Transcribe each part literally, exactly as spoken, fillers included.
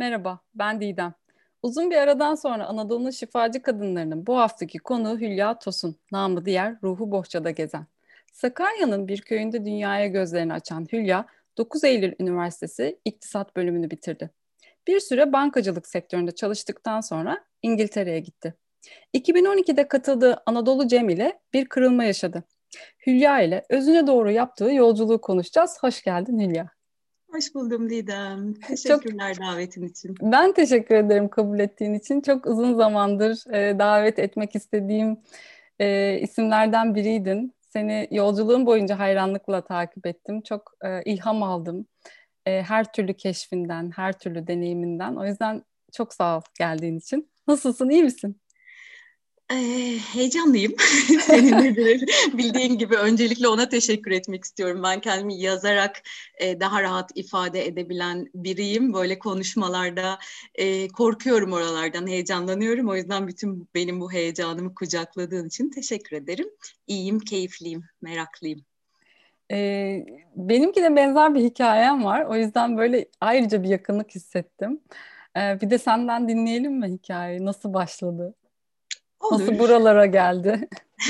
Merhaba, ben Didem. Uzun bir aradan sonra Anadolu'nun şifacı kadınlarının bu haftaki konuğu Hülya Tosun, namı diğer Ruhu Bohçada Gezen. Sakarya'nın bir köyünde dünyaya gözlerini açan Hülya, dokuz Eylül Üniversitesi İktisat bölümünü bitirdi. Bir süre bankacılık sektöründe çalıştıktan sonra İngiltere'ye gitti. iki bin on ikide katıldığı Anadolu Cem ile bir kırılma yaşadı. Hülya ile özüne doğru yaptığı yolculuğu konuşacağız. Hoş geldin Hülya. Hoş buldum Didem. Çok Teşekkürler davetin için. Ben teşekkür ederim kabul ettiğin için. Çok uzun zamandır e, davet etmek istediğim e, isimlerden biriydin. Seni yolculuğum boyunca hayranlıkla takip ettim. Çok e, ilham aldım. E, her türlü keşfinden, her türlü deneyiminden. O yüzden çok sağ ol geldiğin için. Nasılsın, iyi misin? Ee, heyecanlıyım. Seninle de bildiğin gibi öncelikle ona teşekkür etmek istiyorum. Ben kendimi yazarak e, daha rahat ifade edebilen biriyim. Böyle konuşmalarda e, korkuyorum oralardan, heyecanlanıyorum. O yüzden bütün benim bu heyecanımı kucakladığın için teşekkür ederim. İyiyim, keyifliyim, meraklıyım. E, Benimki de benzer bir hikayem var. O yüzden böyle ayrıca bir yakınlık hissettim. E, bir de senden dinleyelim mi hikayeyi? Nasıl başladı? Nasıl Olur. buralara geldi?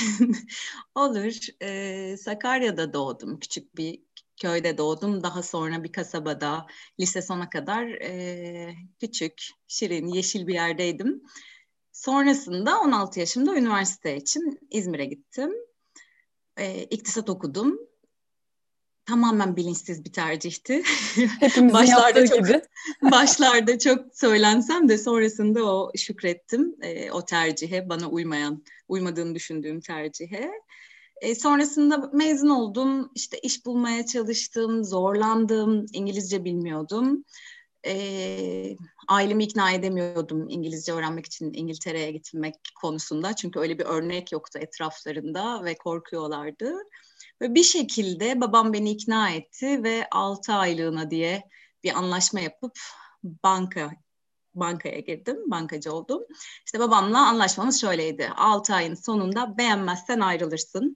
Olur. Ee, Sakarya'da doğdum. Küçük bir köyde doğdum. Daha sonra bir kasabada lise sona kadar e, küçük, şirin, yeşil bir yerdeydim. Sonrasında on altı yaşımda üniversite için İzmir'e gittim. E, iktisat okudum. Tamamen bilinçsiz bir tercihti. Hepimizin Başlarda yaptığı çok gibi. başlarda çok söylensem de sonrasında o şükrettim. E, o tercihe, bana uymayan, uymadığını düşündüğüm tercihe. E, sonrasında mezun oldum, işte iş bulmaya çalıştım, zorlandım, İngilizce bilmiyordum. E, Ailemi ikna edemiyordum İngilizce öğrenmek için İngiltere'ye gitmek konusunda. Çünkü öyle bir örnek yoktu etraflarında ve korkuyorlardı. Ve bir şekilde babam beni ikna etti ve altı aylığına diye bir anlaşma yapıp banka bankaya girdim, bankacı oldum. İşte babamla anlaşmamız şöyleydi. altı ayın sonunda beğenmezsen ayrılırsın.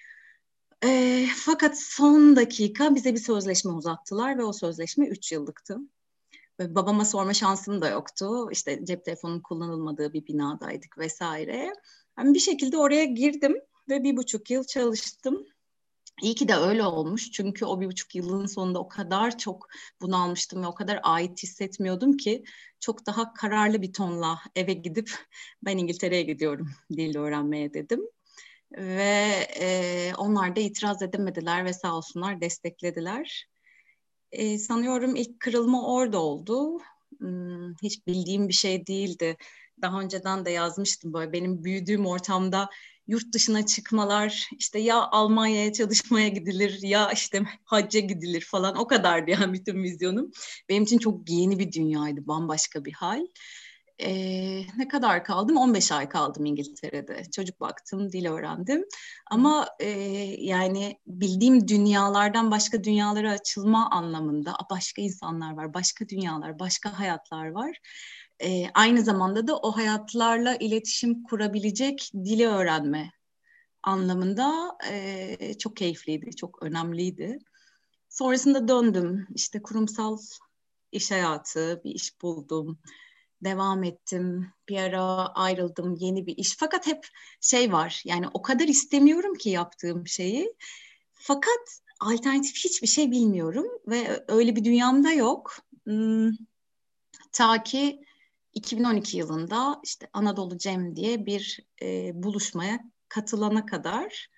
E, fakat son dakika bize bir sözleşme uzattılar ve o sözleşme üç yıllıktı. Ve babama sorma şansım da yoktu. İşte cep telefonunun kullanılmadığı bir binadaydık vesaire. Ben bir şekilde oraya girdim ve bir buçuk yıl çalıştım. İyi ki de öyle olmuş. Çünkü o bir buçuk yılın sonunda o kadar çok bunalmıştım ve o kadar ait hissetmiyordum ki çok daha kararlı bir tonla eve gidip ben İngiltere'ye gidiyorum dil öğrenmeye dedim. Ve e, onlar da itiraz edemediler ve sağ olsunlar desteklediler. E, sanıyorum ilk kırılma orada oldu. Hmm, hiç bildiğim bir şey değildi. Daha önceden de yazmıştım böyle benim büyüdüğüm ortamda yurt dışına çıkmalar işte ya Almanya'ya çalışmaya gidilir ya işte hacca gidilir falan o kadardı yani bütün vizyonum. Benim için çok yeni bir dünyaydı, bambaşka bir hal. Ee, ne kadar kaldım? on beş ay kaldım İngiltere'de. Çocuk baktım, dil öğrendim. Ama e, yani bildiğim dünyalardan başka dünyalara açılma anlamında başka insanlar var, başka dünyalar, başka hayatlar var. E, aynı zamanda da o hayatlarla iletişim kurabilecek dili öğrenme anlamında e, çok keyifliydi, çok önemliydi. Sonrasında döndüm, işte kurumsal iş hayatı, bir iş buldum, devam ettim. Bir ara ayrıldım, yeni bir iş. Fakat hep şey var, yani o kadar istemiyorum ki yaptığım şeyi. Fakat alternatif hiçbir şey bilmiyorum ve öyle bir dünyamda yok. Hmm, ta ki iki bin on iki yılında işte Anadolu Cem diye bir e, buluşmaya katılana kadar.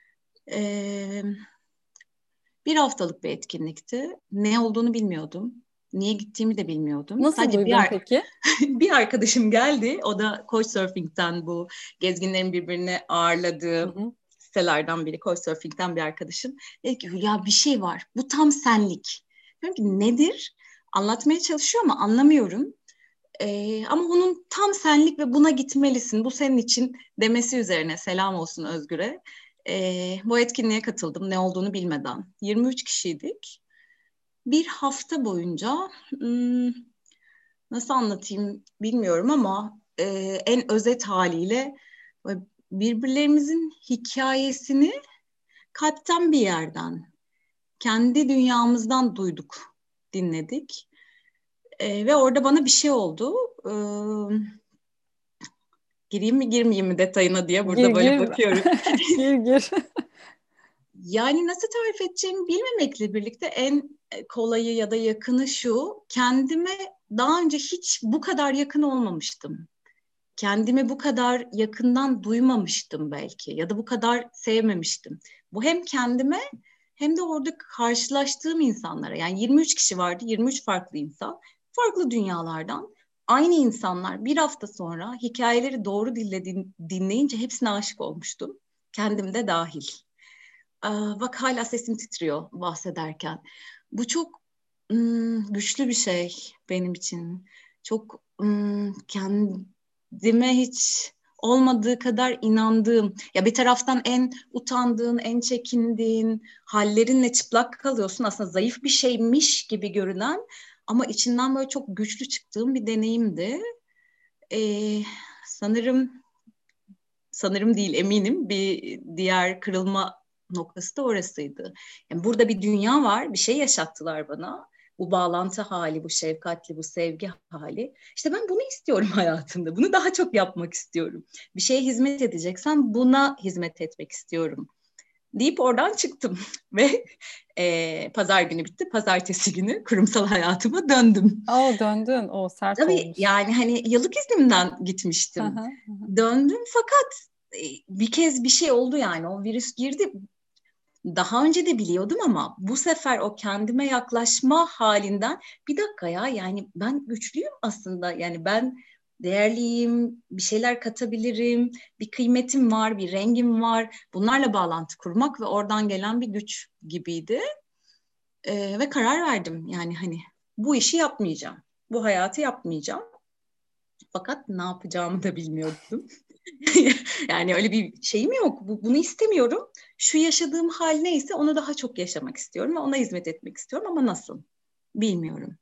E, Bir haftalık bir etkinlikti. Ne olduğunu bilmiyordum. Niye gittiğimi de bilmiyordum. Nasıl Sadece bir, duydun ar- peki? bir arkadaşım geldi. O da Couchsurfing'den, bu gezginlerin birbirini Hı ağırladığı hı. sitelerden biri. Couchsurfing'den bir arkadaşım. Dedi ki Hülya bir şey var. Bu tam senlik. Diyorum ki nedir? Anlatmaya çalışıyor ama anlamıyorum. Ee, ama onun tam senlik ve buna gitmelisin. Bu senin için demesi üzerine selam olsun Özgür'e. Ee, bu etkinliğe katıldım ne olduğunu bilmeden. yirmi üç kişiydik. Bir hafta boyunca hmm, nasıl anlatayım bilmiyorum ama e, en özet haliyle birbirlerimizin hikayesini kalpten bir yerden, kendi dünyamızdan duyduk, dinledik. E, ve orada bana bir şey oldu. E, gireyim mi girmeyeyim mi detayına diye Gir burada böyle gir. bakıyorum. Gir gir. Yani nasıl tarif edeceğimi bilmemekle birlikte en kolayı ya da yakını şu: kendime daha önce hiç bu kadar yakın olmamıştım. Kendimi bu kadar yakından duymamıştım belki ya da bu kadar sevmemiştim. Bu hem kendime hem de orada karşılaştığım insanlara, yani yirmi üç kişi vardı, yirmi üç farklı insan, farklı dünyalardan aynı insanlar. Bir hafta sonra hikayeleri doğru dille din, dinleyince hepsine aşık olmuştum. Kendim de dahil. Aa, bak hala sesim titriyor bahsederken. Bu çok ım, güçlü bir şey benim için. Çok ım, kendime hiç olmadığı kadar inandığım. Ya bir taraftan en utandığın, en çekindiğin hallerinle çıplak kalıyorsun. Aslında zayıf bir şeymiş gibi görünen ama içinden böyle çok güçlü çıktığım bir deneyimdi. Ee, sanırım sanırım değil, eminim bir diğer kırılma noktası da orasıydı. Yani burada bir dünya var, bir şey yaşattılar bana. Bu bağlantı hali, bu şefkatli, bu sevgi hali. İşte ben bunu istiyorum hayatımda. Bunu daha çok yapmak istiyorum. Bir şeye hizmet edeceksem buna hizmet etmek istiyorum deyip oradan çıktım. Ve e, pazar günü bitti. Pazartesi günü kurumsal hayatıma döndüm. Oo, döndün. O sert Tabii olmuş. yani hani yıllık iznimden Hı gitmiştim. hı, hı hı. Döndüm fakat e, bir kez bir şey oldu, yani o virüs girdi. Daha önce de biliyordum ama bu sefer o kendime yaklaşma halinden bir dakika ya, yani ben güçlüyüm aslında, yani ben değerliyim, bir şeyler katabilirim, bir kıymetim var, bir rengim var. Bunlarla bağlantı kurmak ve oradan gelen bir güç gibiydi. Ee, ve karar verdim, yani hani bu işi yapmayacağım, bu hayatı yapmayacağım. Fakat ne yapacağımı da bilmiyordum. Yani öyle bir şeyim yok. Bu, bunu istemiyorum. Şu yaşadığım hal neyse onu daha çok yaşamak istiyorum ve ona hizmet etmek istiyorum ama nasıl? Bilmiyorum.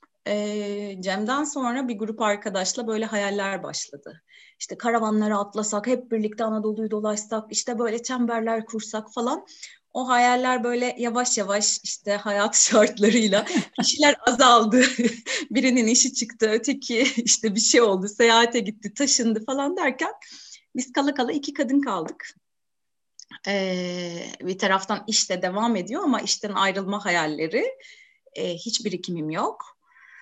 Ee, Cem'den sonra bir grup arkadaşla böyle hayaller başladı. İşte karavanlara atlasak, hep birlikte Anadolu'yu dolaşsak, işte böyle çemberler kursak falan. O hayaller böyle yavaş yavaş işte hayat şartlarıyla kişiler azaldı. Birinin işi çıktı, öteki işte bir şey oldu, seyahate gitti, taşındı falan derken biz kala kala iki kadın kaldık. Ee, bir taraftan işte devam ediyor ama işten ayrılma hayalleri, e, hiç birikimim yok.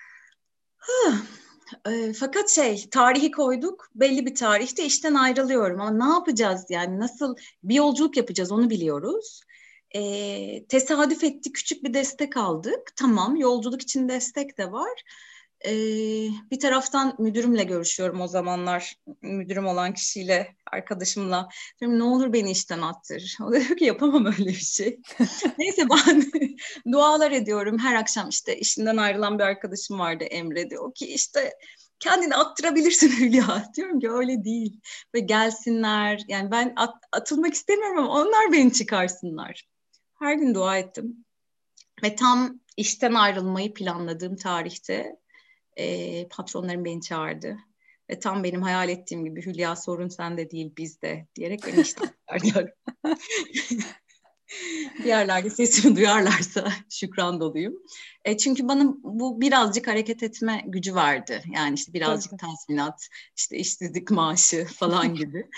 E, fakat şey, tarihi koyduk, belli bir tarihte işten ayrılıyorum ama ne yapacağız, yani nasıl bir yolculuk yapacağız onu biliyoruz. E, tesadüf etti, küçük bir destek aldık, tamam, yolculuk için destek de var. E, bir taraftan müdürümle görüşüyorum o zamanlar, müdürüm olan kişiyle, arkadaşımla. Diyorum, ne olur beni işten attır. O da diyor ki yapamam öyle bir şey. Neyse ben dualar ediyorum her akşam. İşte işinden ayrılan bir arkadaşım vardı, Emre, diyor ki işte kendini attırabilirsin Hülya. Diyorum ki öyle değil. Ve gelsinler. Yani ben at, atılmak istemiyorum ama onlar beni çıkarsınlar. Her gün dua ettim. Ve tam işten ayrılmayı planladığım tarihte e, patronlarım beni çağırdı. Ve tam benim hayal ettiğim gibi, Hülya sorun sende değil bizde diyerek beni işten çıkardılar. Bir yerlerde sesimi duyarlarsa şükran doluyum. E, çünkü bana bu birazcık hareket etme gücü verdi. Yani işte birazcık Tabii. tazminat, işte işsizlik maaşı falan gibi.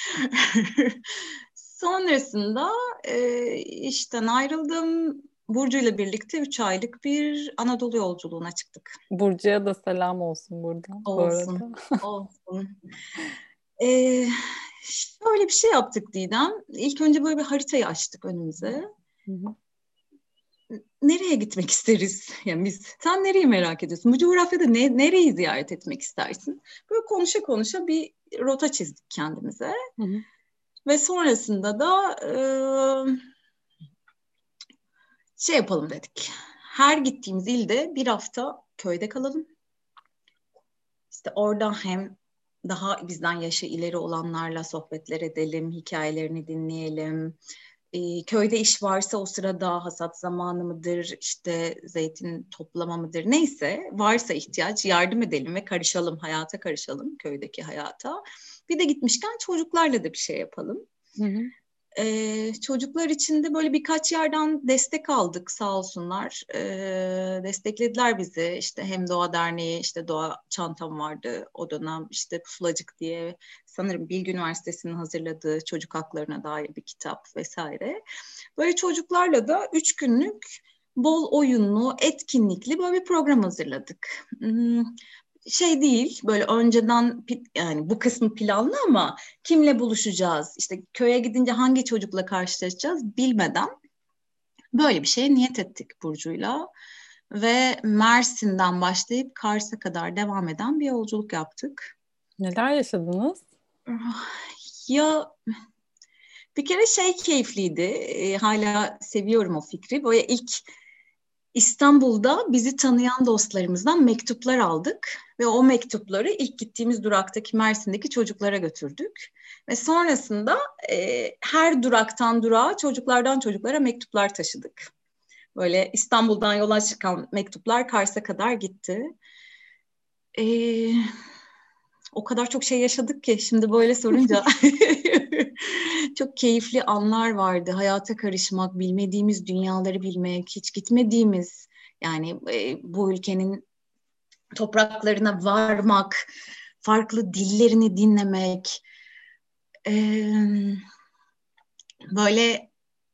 Sonrasında e, işten ayrıldım. Burcu ile birlikte üç aylık bir Anadolu yolculuğuna çıktık. Burcu'ya da selam olsun buradan bu Olsun, arada. olsun. E, şöyle bir şey yaptık Didem. İlk önce böyle bir haritayı açtık önümüze. Hı hı. Nereye gitmek isteriz? Yani biz, sen nereyi merak ediyorsun? Bu coğrafyada ne, nereyi ziyaret etmek istersin? Böyle konuşa konuşa bir rota çizdik kendimize. Hı hı. Ve sonrasında da e, şey yapalım dedik. Her gittiğimiz ilde bir hafta köyde kalalım. İşte orada hem daha bizden yaşı ileri olanlarla sohbetler edelim, hikayelerini dinleyelim. E, köyde iş varsa o sırada hasat zamanı mıdır, işte zeytin toplama mıdır, neyse varsa ihtiyaç yardım edelim ve karışalım, hayata karışalım, köydeki hayata. Bir de gitmişken çocuklarla da bir şey yapalım. Hı hı. Ee, çocuklar için de böyle birkaç yerden destek aldık sağ olsunlar. Ee, desteklediler bizi. İşte hem Doğa Derneği, işte Doğa Çantam vardı o dönem. İşte Pusulacık diye sanırım Bilgi Üniversitesi'nin hazırladığı çocuk haklarına dair bir kitap vesaire. Böyle çocuklarla da üç günlük bol oyunlu, etkinlikli böyle bir program hazırladık. Hmm, şey değil böyle önceden yani bu kısmı planlı ama kimle buluşacağız, işte köye gidince hangi çocukla karşılaşacağız bilmeden böyle bir şeye niyet ettik Burcu'yla ve Mersin'den başlayıp Kars'a kadar devam eden bir yolculuk yaptık. Neler yaşadınız? Ya bir kere şey keyifliydi, e, hala seviyorum o fikri. Böyle ilk İstanbul'da bizi tanıyan dostlarımızdan mektuplar aldık ve o mektupları ilk gittiğimiz duraktaki Mersin'deki çocuklara götürdük. Ve sonrasında e, her duraktan durağa çocuklardan çocuklara mektuplar taşıdık. Böyle İstanbul'dan yola çıkan mektuplar Kars'a kadar gitti. E, O kadar çok şey yaşadık ki şimdi böyle sorunca çok keyifli anlar vardı. Hayata karışmak, bilmediğimiz dünyaları bilmek, hiç gitmediğimiz yani e, bu ülkenin topraklarına varmak, farklı dillerini dinlemek, e, böyle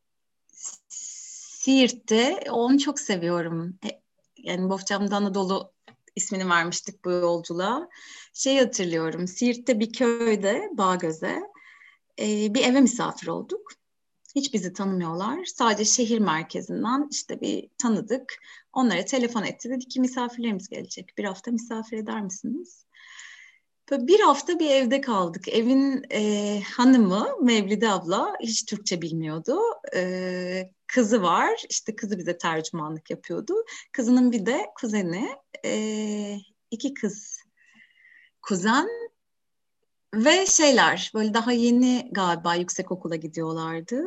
Siirt'te onu çok seviyorum. E, yani Bohçam'da Anadolu ismini vermiştik bu yolculuğa. Şey hatırlıyorum, Siirt'te bir köyde, Bağgöz'e e, bir eve misafir olduk. Hiç bizi tanımıyorlar. Sadece şehir merkezinden işte bir tanıdık. Onlara telefon etti. Dedi ki misafirlerimiz gelecek. Bir hafta misafir eder misiniz? Böyle bir hafta bir evde kaldık. Evin e, hanımı Mevlide abla hiç Türkçe bilmiyordu. E, kızı var. İşte kızı bize tercümanlık yapıyordu. Kızının bir de kuzeni. E, iki kız kuzen ve şeyler böyle daha yeni galiba yüksek okula gidiyorlardı.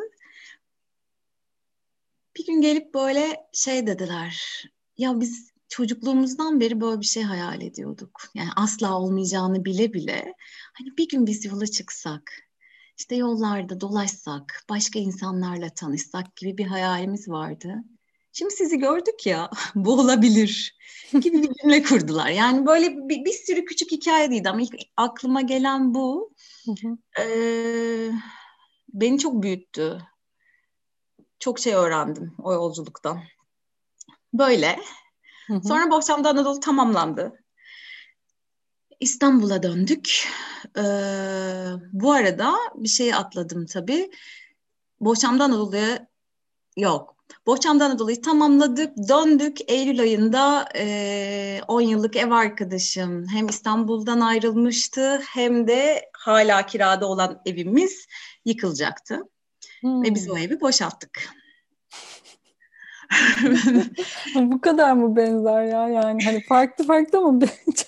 Bir gün gelip böyle şey dediler. Ya biz çocukluğumuzdan beri böyle bir şey hayal ediyorduk. Yani asla olmayacağını bile bile. Hani bir gün biz yola çıksak, işte yollarda dolaşsak, başka insanlarla tanışsak gibi bir hayalimiz vardı. Şimdi sizi gördük ya, bu olabilir gibi bir cümle kurdular. Yani böyle bir, bir sürü küçük hikayeydi ama ilk aklıma gelen bu. Hı hı. Ee, Beni çok büyüttü. Çok şey öğrendim o yolculuktan. Böyle. Hı hı. Sonra Bohçamda Anadolu tamamlandı. İstanbul'a döndük. Ee, Bu arada bir şey atladım tabii. Bohçamda Anadolu'ya yok. Bohçamda Anadolu'yu tamamladık, döndük. Eylül ayında e, on yıllık ev arkadaşım hem İstanbul'dan ayrılmıştı hem de hala kirada olan evimiz yıkılacaktı. Ve biz Hmm. o evi boşalttık. Bu kadar mı benzer ya? Yani hani farklı farklı mı benzer?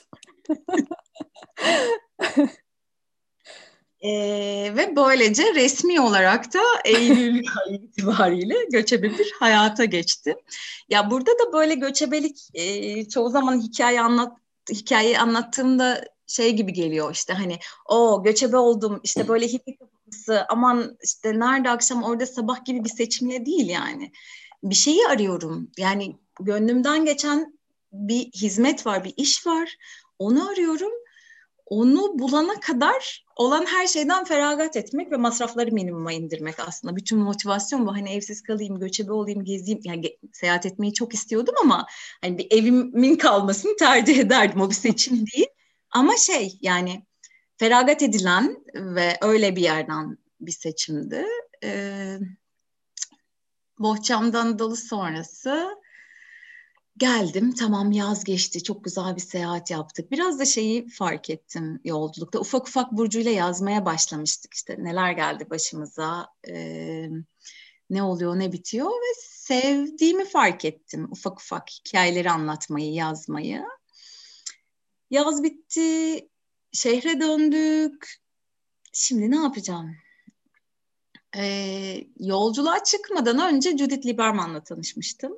Ee, ve böylece resmi olarak da Eylül ayı itibariyle göçebe bir hayata geçti. Ya burada da böyle göçebelik e, çoğu zaman hikaye anlat hikayeyi anlattığımda şey gibi geliyor işte hani o göçebe oldum işte böyle hippie kafası aman işte nerede akşam orada sabah gibi bir seçimle değil yani. Bir şeyi arıyorum yani gönlümden geçen bir hizmet var bir iş var onu arıyorum onu bulana kadar olan her şeyden feragat etmek ve masrafları minimuma indirmek aslında. Bütün motivasyon bu. Hani evsiz kalayım, göçebe olayım, gezeyim. Yani ge- seyahat etmeyi çok istiyordum ama hani bir evimin kalmasını tercih ederdim. O bir seçim değil. Ama şey yani feragat edilen ve öyle bir yerden bir seçimdi. Ee, Bohçamdan Dalı sonrası geldim. Tamam yaz geçti. Çok güzel bir seyahat yaptık. Biraz da şeyi fark ettim yolculukta. Ufak ufak Burcu'yla yazmaya başlamıştık. İşte neler geldi başımıza, e, ne oluyor, ne bitiyor ve sevdiğimi fark ettim. Ufak ufak hikayeleri anlatmayı, yazmayı. Yaz bitti, şehre döndük. Şimdi ne yapacağım? E, Yolculuğa çıkmadan önce Judith Lieberman'la tanışmıştım.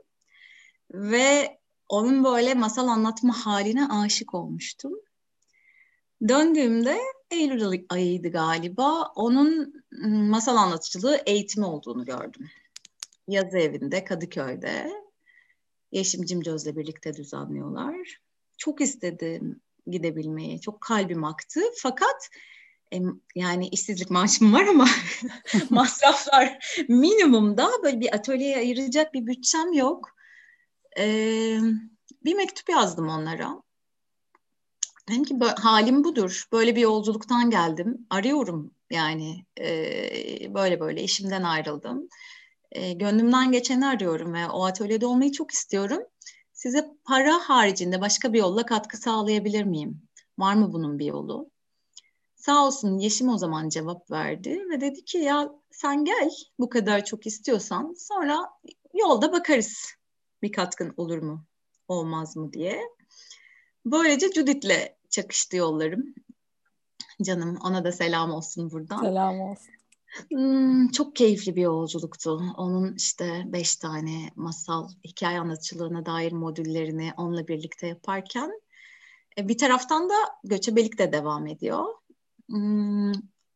Ve onun böyle masal anlatma haline aşık olmuştum. Döndüğümde Eylül ayıydı galiba. Onun masal anlatıcılığı eğitimi olduğunu gördüm. Yazı evinde Kadıköy'de. Yeşim Cimcöz'le birlikte düzenliyorlar. Çok istedim gidebilmeyi. Çok kalbim aktı. Fakat yani işsizlik maaşım var ama masraflar minimumda, böyle bir atölyeye ayıracak bir bütçem yok. Ee, bir mektup yazdım onlara. Dedim ki halim budur. Böyle bir yolculuktan geldim. Arıyorum yani e, böyle böyle işimden ayrıldım. E, gönlümden geçeni arıyorum ve o atölyede olmayı çok istiyorum. Size para haricinde başka bir yolla katkı sağlayabilir miyim? Var mı bunun bir yolu? Sağ olsun Yeşim o zaman cevap verdi ve dedi ki ya sen gel, bu kadar çok istiyorsan, sonra yolda bakarız bir katkın olur mu olmaz mı diye. Böylece Judith'le çakıştı yollarım. Canım, ona da selam olsun buradan. Selam olsun. Hmm, çok keyifli bir yolculuktu. Onun işte beş tane masal hikaye anlatıcılığına dair modüllerini onunla birlikte yaparken e, bir taraftan da göçebelik de devam ediyor. Hmm,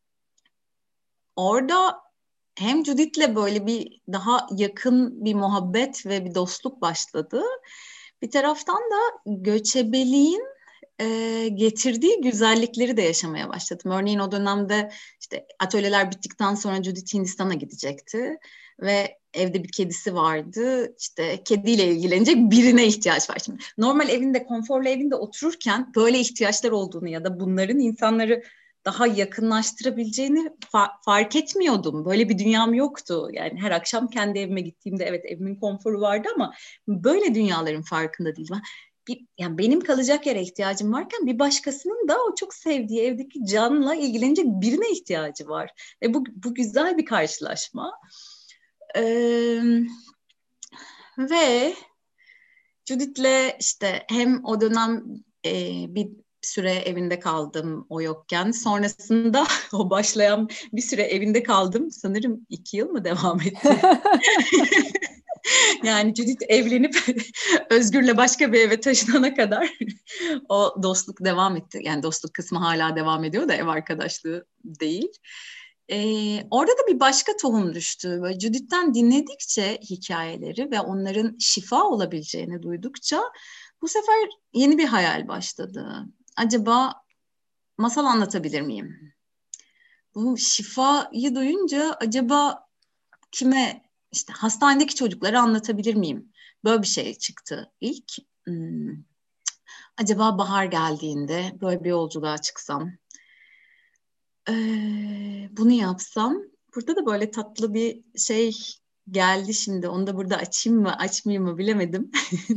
orada hem Judith'le böyle bir daha yakın bir muhabbet ve bir dostluk başladı. Bir taraftan da göçebeliğin e, getirdiği güzellikleri de yaşamaya başladım. Örneğin o dönemde işte atölyeler bittikten sonra Judith Hindistan'a gidecekti ve evde bir kedisi vardı. İşte kediyle ilgilenecek birine ihtiyaç var. Şimdi normal evinde, konforlu evinde otururken böyle ihtiyaçlar olduğunu ya da bunların insanları daha yakınlaştırabileceğini fa- fark etmiyordum. Böyle bir dünyam yoktu. Yani her akşam kendi evime gittiğimde evet evimin konforu vardı ama böyle dünyaların farkında değilim. Bir, yani benim kalacak yere ihtiyacım varken bir başkasının da o çok sevdiği evdeki canla ilgilenecek birine ihtiyacı var. Ve bu, bu güzel bir karşılaşma. Ee, ve Judith'le işte hem o dönem e, bir süre evinde kaldım o yokken. Sonrasında o başlayan bir süre evinde kaldım. Sanırım iki yıl mı devam etti? Yani Judith evlenip Özgür'le başka bir eve taşınana kadar o dostluk devam etti. Yani dostluk kısmı hala devam ediyor da ev arkadaşlığı değil. Ee, orada da bir başka tohum düştü. Böyle Judith'ten dinledikçe hikayeleri ve onların şifa olabileceğini duydukça bu sefer yeni bir hayal başladı. Acaba masal anlatabilir miyim? Bu şifayı duyunca acaba kime, işte hastanedeki çocuklara anlatabilir miyim? Böyle bir şey çıktı ilk. Hmm, acaba bahar geldiğinde böyle bir yolculuğa çıksam, ee, bunu yapsam, burada da böyle tatlı bir şey geldi şimdi. Onu da burada açayım mı, açmayayım mı bilemedim.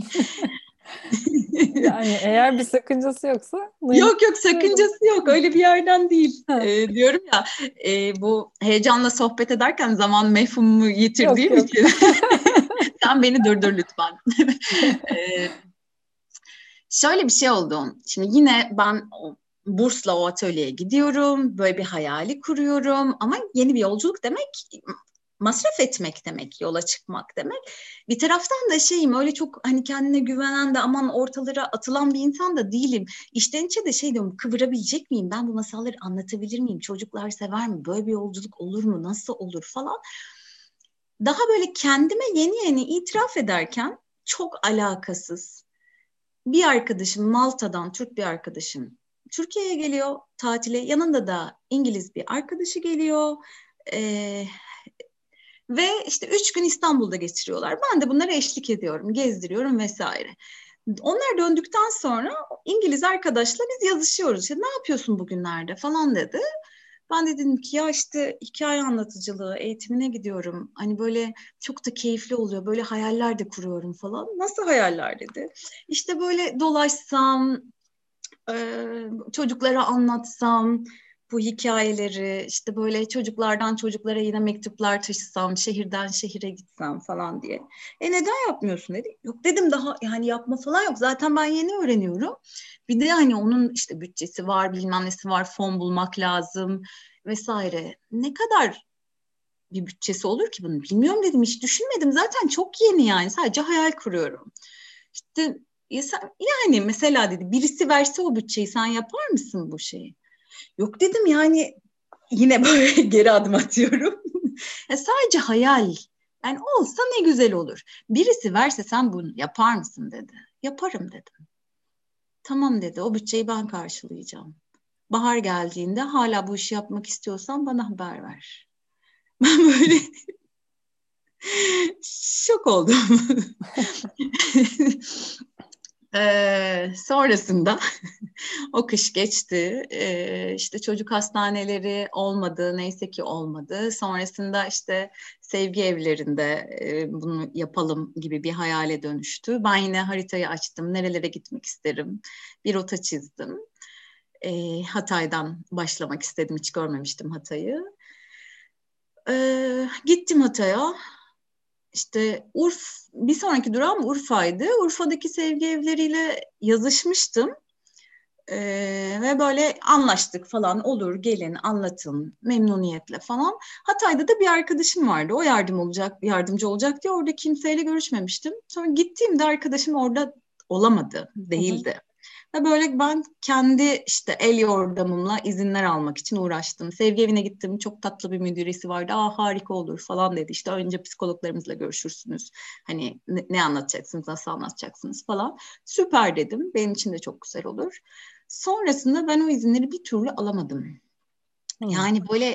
Yani eğer bir sakıncası yoksa buyurun. Yok yok, sakıncası yok. Öyle bir yerden değil. Ha, Ee, diyorum ya e, bu heyecanla sohbet ederken zaman mefhumumu yok yitirdiğim yok. için sen beni durdur lütfen. Ee, şöyle bir şey oldu. Şimdi yine ben o bursla o atölyeye gidiyorum. Böyle bir hayali kuruyorum. Ama yeni bir yolculuk demek masraf etmek demek, yola çıkmak demek. Bir taraftan da şeyim, öyle çok hani kendine güvenen de aman ortalara atılan bir insan da değilim. İçten içe de şey diyorum, kıvırabilecek miyim? Ben bu masalları anlatabilir miyim? Çocuklar sever mi? Böyle bir yolculuk olur mu? Nasıl olur falan. Daha böyle kendime yeni yeni itiraf ederken çok alakasız bir arkadaşım, Malta'dan Türk bir arkadaşım Türkiye'ye geliyor tatile. Yanında da İngiliz bir arkadaşı geliyor. Ee, ve işte üç gün İstanbul'da geçiriyorlar. Ben de bunlara eşlik ediyorum, gezdiriyorum vesaire. Onlar döndükten sonra İngiliz arkadaşla biz yazışıyoruz. İşte, ne yapıyorsun bugünlerde falan dedi. Ben de dedim ki ya işte hikaye anlatıcılığı eğitimine gidiyorum. Hani böyle çok da keyifli oluyor. Böyle hayaller de kuruyorum falan. Nasıl hayaller dedi. İşte böyle dolaşsam, e, çocuklara anlatsam bu hikayeleri, işte böyle çocuklardan çocuklara yine mektuplar taşısam, şehirden şehire gitsem falan diye. E neden yapmıyorsun dedi. Yok dedim, daha yani yapma falan yok. Zaten ben yeni öğreniyorum. Bir de hani onun işte bütçesi var, bilmem nesi var, fon bulmak lazım vesaire. Ne kadar bir bütçesi olur ki bunun? Bilmiyorum dedim, hiç düşünmedim. Zaten çok yeni yani, sadece hayal kuruyorum. İşte Ya sen, yani mesela dedi, birisi verse o bütçeyi sen yapar mısın bu şeyi? Yok dedim, yani yine böyle geri adım atıyorum. Ya sadece hayal. Yani olsa ne güzel olur. Birisi verse sen bunu yapar mısın dedi. Yaparım dedim. Tamam dedi, o bütçeyi ben karşılayacağım. Bahar geldiğinde hala bu işi yapmak istiyorsan bana haber ver. Ben böyle şok oldum. Ee, sonrasında o kış geçti. Ee, işte çocuk hastaneleri olmadı, neyse ki olmadı. Sonrasında işte sevgi evlerinde e, bunu yapalım gibi bir hayale dönüştü. Ben yine haritayı açtım, nerelere gitmek isterim, bir rota çizdim. Ee, Hatay'dan başlamak istedim, hiç görmemiştim Hatay'ı. Ee, gittim Hatay'a. İşte Urf, bir sonraki durağım Urfa'ydı. Urfa'daki sevgi evleriyle yazışmıştım. Ee, ve böyle anlaştık falan, olur gelin anlatın memnuniyetle falan. Hatay'da da bir arkadaşım vardı. O yardım olacak, yardımcı olacak diye orada kimseyle görüşmemiştim. Sonra gittiğimde arkadaşım orada olamadı, Hı hı. değildi. Ve böyle ben kendi işte el yordamımla izinler almak için uğraştım. Sevgi evine gittim. Çok tatlı bir müdüresi vardı. Aa, harika olur falan dedi. İşte önce psikologlarımızla görüşürsünüz. Hani ne, ne anlatacaksınız, nasıl anlatacaksınız falan. Süper dedim. Benim için de çok güzel olur. Sonrasında ben o izinleri bir türlü alamadım. Hı. Yani böyle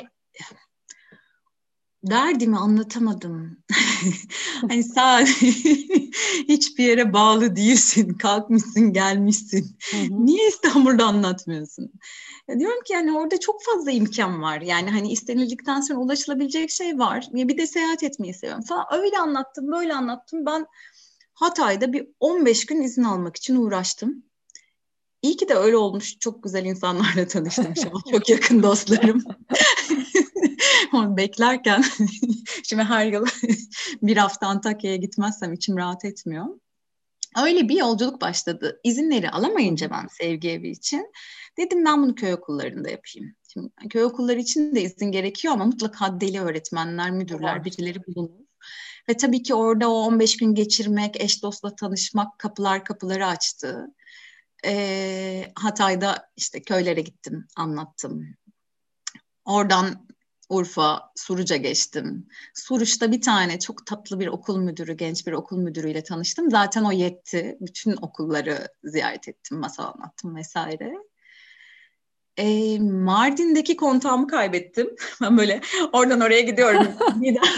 derdimi anlatamadım. Hani sadece hiçbir yere bağlı değilsin. Kalkmışsın, gelmişsin. Hı hı. Niye İstanbul'da anlatmıyorsun? Ya diyorum ki yani orada çok fazla imkan var. Yani hani istenildikten sonra ulaşılabilecek şey var. Ya bir de seyahat etmeyi seviyorum falan. Öyle anlattım, böyle anlattım. Ben Hatay'da bir on beş gün izin almak için uğraştım. İyi ki de öyle olmuş. Çok güzel insanlarla tanıştım şu an. Çok yakın dostlarım. Onu beklerken şimdi her yıl bir hafta Antakya'ya gitmezsem içim rahat etmiyor. Öyle bir yolculuk başladı. İzinleri Hı alamayınca hı. ben sevgi evi için dedim ben bunu köy okullarında yapayım. Şimdi köy okulları için de izin gerekiyor ama mutlaka deli öğretmenler, müdürler, Var. birileri bulunur. Ve tabii ki orada o on beş gün geçirmek, eş dostla tanışmak kapılar kapıları açtı. Ee, Hatay'da işte köylere gittim, anlattım. Oradan Urfa, Suruç'a geçtim. Suruç'ta bir tane çok tatlı bir okul müdürü, genç bir okul müdürüyle tanıştım. Zaten o yetti. Bütün okulları ziyaret ettim, masal anlattım vesaire. Ee, Mardin'deki kontağımı kaybettim. Ben böyle oradan oraya gidiyorum. Bir daha.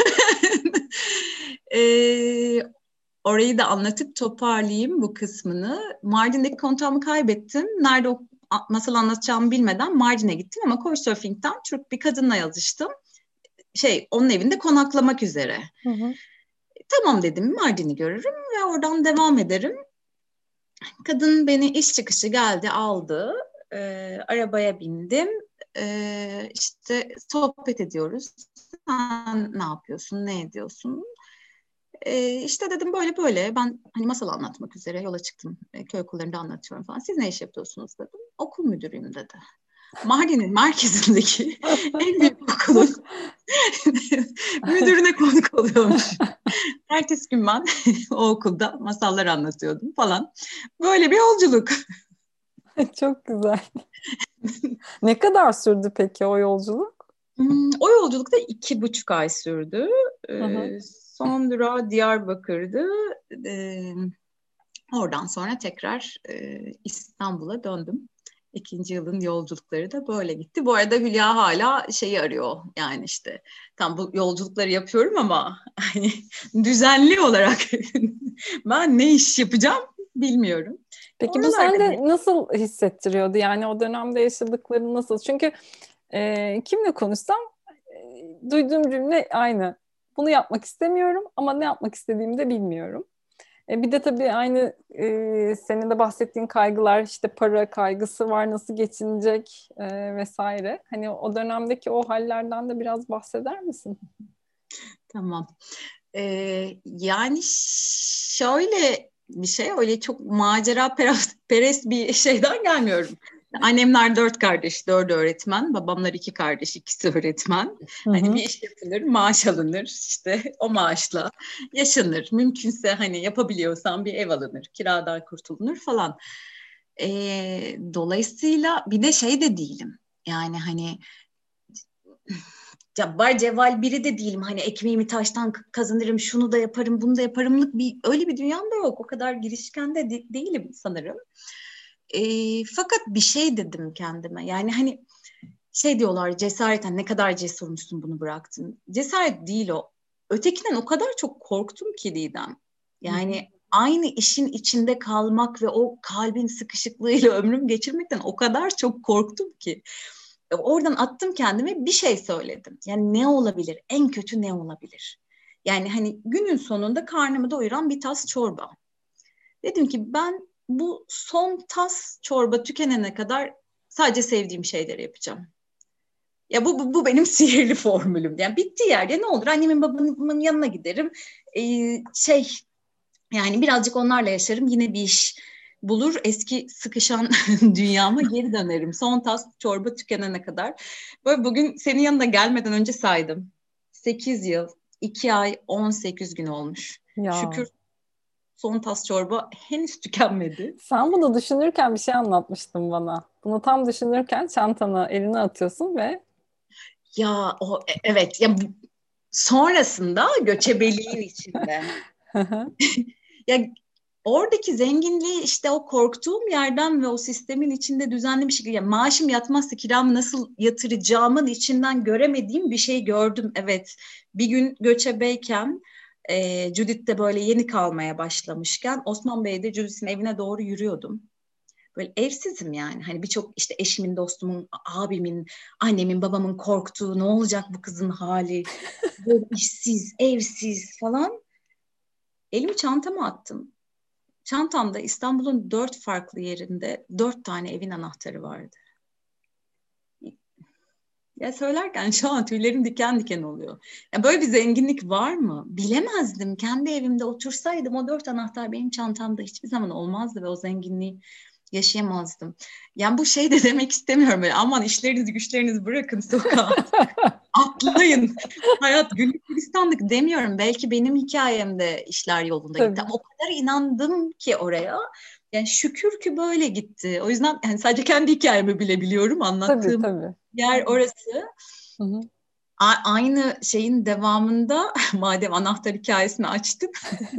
Ee, Orayı da anlatıp toparlayayım bu kısmını. Mardin'deki kontağımı kaybettim. Nerede o masal anlatacağımı bilmeden Mardin'e gittim ama Couchsurfing'den Türk bir kadınla yazıştım. Şey, onun evinde konaklamak üzere. Hı hı. Tamam dedim, Mardin'i görürüm ve oradan devam ederim. Kadın beni iş çıkışı geldi, aldı. Ee, arabaya bindim. Ee, işte sohbet ediyoruz. Sen ne yapıyorsun, ne ediyorsun? Ee, işte dedim böyle böyle ben hani masal anlatmak üzere yola çıktım. Ee, köy okullarında anlatıyorum falan. Siz ne iş yapıyorsunuz dedim. Okul müdürüyüm dedi. Mardin'in merkezindeki en büyük okulun müdürüne konuk oluyormuş. Ertesi gün ben o okulda masallar anlatıyordum falan. Böyle bir yolculuk. Çok güzel. Ne kadar sürdü peki o yolculuk? Hmm, o yolculuk da iki buçuk ay sürdü. Hı hı. Ee, son durağı Diyarbakır'dı. Ee, Oradan sonra tekrar e, İstanbul'a döndüm. İkinci yılın yolculukları da böyle gitti. Bu arada Hülya hala şeyi arıyor. Yani işte tam bu yolculukları yapıyorum ama hani düzenli olarak ben ne iş yapacağım bilmiyorum. Peki bu Oralarda sende böyle. nasıl hissettiriyordu? Yani o dönemde yaşadıkların nasıl? Çünkü e, kimle konuşsam e, duyduğum cümle aynı. Bunu yapmak istemiyorum ama ne yapmak istediğimi de bilmiyorum. E, bir de tabii aynı e, senin de bahsettiğin kaygılar, işte para kaygısı var, nasıl geçinecek e, vesaire. Hani o dönemdeki o hallerden de biraz bahseder misin? Tamam. Ee, yani şöyle bir şey, öyle çok macera perest, perest bir şeyden gelmiyorum. Annemler dört kardeş, dördü öğretmen. Babamlar iki kardeş, ikisi öğretmen. Hı Hani hı. bir iş yapılır, maaş alınır. İşte o maaşla yaşanır. Mümkünse hani yapabiliyorsan bir ev alınır, kiradan kurtulunur falan. Ee, dolayısıyla bir de şey de değilim. Yani hani cabbar cevval biri de değilim. Hani ekmeğimi taştan kazanırım, şunu da yaparım, bunu da yaparımlık bir öyle bir dünyam da yok. O kadar girişken de de- değilim sanırım. E, fakat bir şey dedim kendime. Yani hani şey diyorlar cesareten ne kadar cesurmuşsun bunu bıraktın. Cesaret değil o. Ötekinden o kadar çok korktum ki Didem. Hı hı. Yani aynı işin içinde kalmak ve o kalbin sıkışıklığıyla ömrümü geçirmekten o kadar çok korktum ki. Oradan attım kendime bir şey söyledim. Yani ne olabilir? En kötü ne olabilir? Yani hani günün sonunda karnımı doyuran bir tas çorba. Dedim ki ben bu son tas çorba tükenene kadar sadece sevdiğim şeyleri yapacağım. Ya bu, bu, bu benim sihirli formülüm. Yani bittiği yerde ne olur? Annemin babamın yanına giderim. Ee, şey yani birazcık onlarla yaşarım. Yine bir iş bulur. Eski sıkışan dünyama geri dönerim. Son tas çorba tükenene kadar. Böyle bugün senin yanına gelmeden önce saydım. sekiz yıl, iki ay, on sekiz gün olmuş. Ya Şükür son tas çorba henüz tükenmedi. sen bunu düşünürken bir şey anlatmıştın bana. Bunu tam düşünürken çantana elini atıyorsun ve Ya o e- evet ya bu- sonrasında göçebeliğin içinde. Ya oradaki zenginliği işte o korktuğum yerden ve o sistemin içinde düzenli bir şekilde ya maaşım yatmazsa kiramı nasıl yatıracağımın içinden göremediğim bir şey gördüm. Evet bir gün göçebeyken e, Judith de böyle yeni kalmaya başlamışken Osman Bey'de Judith'in evine doğru yürüyordum. Böyle evsizim yani. Hani birçok işte eşimin, dostumun, abimin, annemin, babamın korktuğu ne olacak bu kızın hali? Böyle işsiz, evsiz falan. Elimi çantama attım. Çantamda İstanbul'un dört farklı yerinde dört tane evin anahtarı vardı. Ya söylerken şu an tüylerim diken diken oluyor. Ya böyle bir zenginlik var mı? Bilemezdim. Kendi evimde otursaydım o dört anahtar benim çantamda hiçbir zaman olmazdı ve o zenginliği yaşayamazdım. Yani bu şey de demek istemiyorum böyle aman işlerinizi güçlerinizi bırakın sokağa atlayın. Hayat güllük gülistanlık demiyorum. Belki benim hikayemde işler yolunda gitti. tabii Ama o kadar inandım ki oraya. Yani şükür ki böyle gitti. O yüzden yani sadece kendi hikayemi bile biliyorum. tabii Anlattığım tabii. yer orası. Hı hı. A- aynı şeyin devamında madem anahtar hikayesini açtık.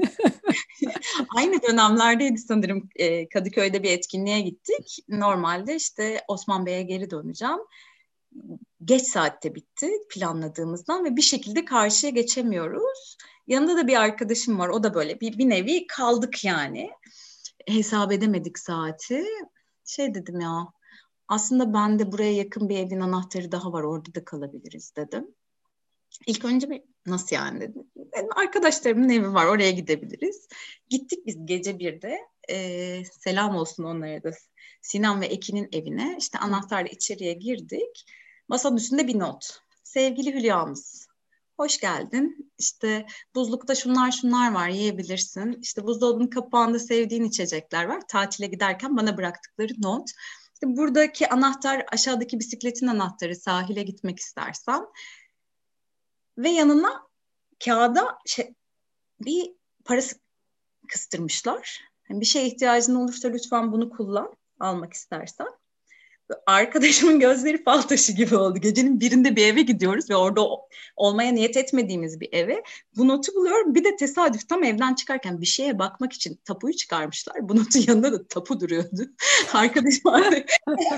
Aynı dönemlerdeydi sanırım e, Kadıköy'de bir etkinliğe gittik. Normalde işte Osman Bey'e geri döneceğim. Geç saatte bitti planladığımızdan ve bir şekilde karşıya geçemiyoruz. Yanında da bir arkadaşım var. O da böyle bir, bir nevi kaldık yani. Hesap edemedik saati. Şey dedim ya aslında ben de buraya yakın bir evin anahtarı daha var orada da kalabiliriz dedim. İlk önce bir nasıl yani dedim. Benim arkadaşlarımın evi var oraya gidebiliriz. Gittik biz gece birde. Ee, selam olsun onlara da. Sinan ve Ekin'in evine. İşte anahtarla içeriye girdik. Masanın üstünde bir not. Sevgili Hülya'mız. Hoş geldin. İşte buzlukta şunlar şunlar var yiyebilirsin. İşte buzdolabının kapağında sevdiğin içecekler var. Tatile giderken bana bıraktıkları not. İşte buradaki anahtar aşağıdaki bisikletin anahtarı sahile gitmek istersen. Ve yanına kağıda şey, bir parası kıstırmışlar. Yani bir şeye ihtiyacın olursa lütfen bunu kullan almak istersen. Arkadaşımın gözleri fal taşı gibi oldu. Gecenin birinde bir eve gidiyoruz ve orada olmaya niyet etmediğimiz bir eve. Bu notu buluyorum. Bir de tesadüf tam evden çıkarken bir şeye bakmak için tapuyu çıkarmışlar. Bu notun yanında da tapu duruyordu. Arkadaşım artık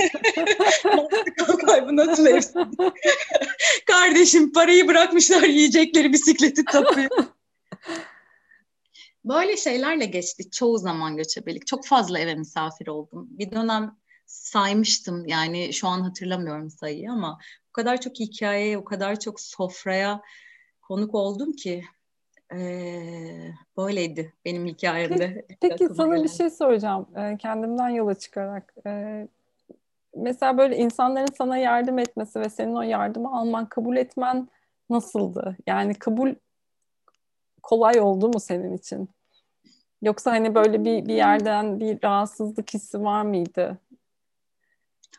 kalkay bu notun hepsi. Kardeşim parayı bırakmışlar yiyecekleri bisikleti tapuyu. Böyle şeylerle geçti çoğu zaman göçebelik. Çok fazla eve misafir oldum. Bir dönem saymıştım yani şu an hatırlamıyorum sayıyı ama o kadar çok hikayeye, o kadar çok sofraya konuk oldum ki ee, böyleydi benim Pe- hikayemde Peki aklıma sana bir gelen. şey soracağım. Ee, kendimden yola çıkarak. Ee, mesela böyle insanların sana yardım etmesi ve senin o yardımı alman, kabul etmen nasıldı? Yani kabul kolay oldu mu senin için? Yoksa hani böyle bir bir yerden bir rahatsızlık hissi var mıydı?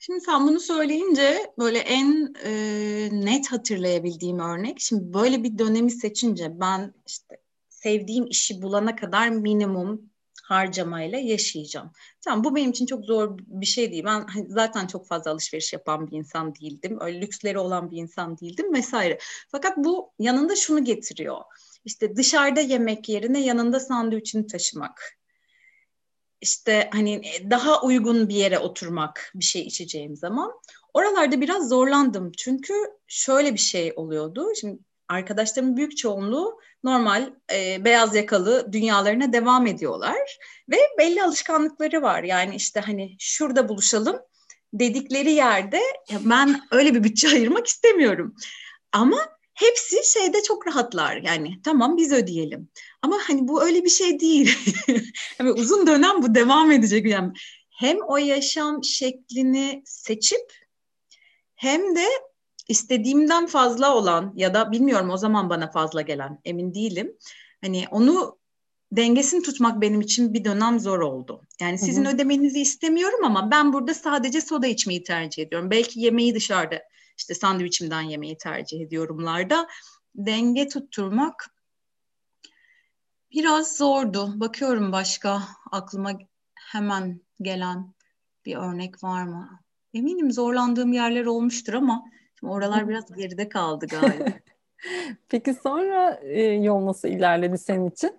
Şimdi sen bunu söyleyince böyle en e, net hatırlayabildiğim örnek. Şimdi böyle bir dönemi seçince ben işte sevdiğim işi bulana kadar minimum harcamayla yaşayacağım. Tamam, bu benim için çok zor bir şey değil. Ben hani zaten çok fazla alışveriş yapan bir insan değildim. Öyle lüksleri olan bir insan değildim vesaire. Fakat bu yanında şunu getiriyor. İşte dışarıda yemek yerine yanında sandviçini taşımak. İşte hani daha uygun bir yere oturmak bir şey içeceğim zaman. Oralarda biraz zorlandım. Çünkü şöyle bir şey oluyordu. Şimdi arkadaşlarımın büyük çoğunluğu normal e, beyaz yakalı dünyalarına devam ediyorlar. Ve belli alışkanlıkları var. Yani işte hani şurada buluşalım dedikleri yerde ya ben öyle bir bütçe ayırmak istemiyorum. Ama hepsi şeyde çok rahatlar. Yani tamam biz ödeyelim. Ama hani bu öyle bir şey değil. Yani uzun dönem bu devam edecek. Yani hem o yaşam şeklini seçip hem de istediğimden fazla olan ya da bilmiyorum o zaman bana fazla gelen emin değilim. Hani onu dengesini tutmak benim için bir dönem zor oldu. Yani Hı sizin hı. ödemenizi istemiyorum ama ben burada sadece soda içmeyi tercih ediyorum. Belki yemeği dışarıda işte sandviçimden yemeyi tercih ediyorumlarda. Denge tutturmak biraz zordu. Bakıyorum başka aklıma hemen gelen bir örnek var mı? Eminim zorlandığım yerler olmuştur ama şimdi oralar biraz geride kaldı galiba. Peki sonra e, yol nasıl ilerledi senin için?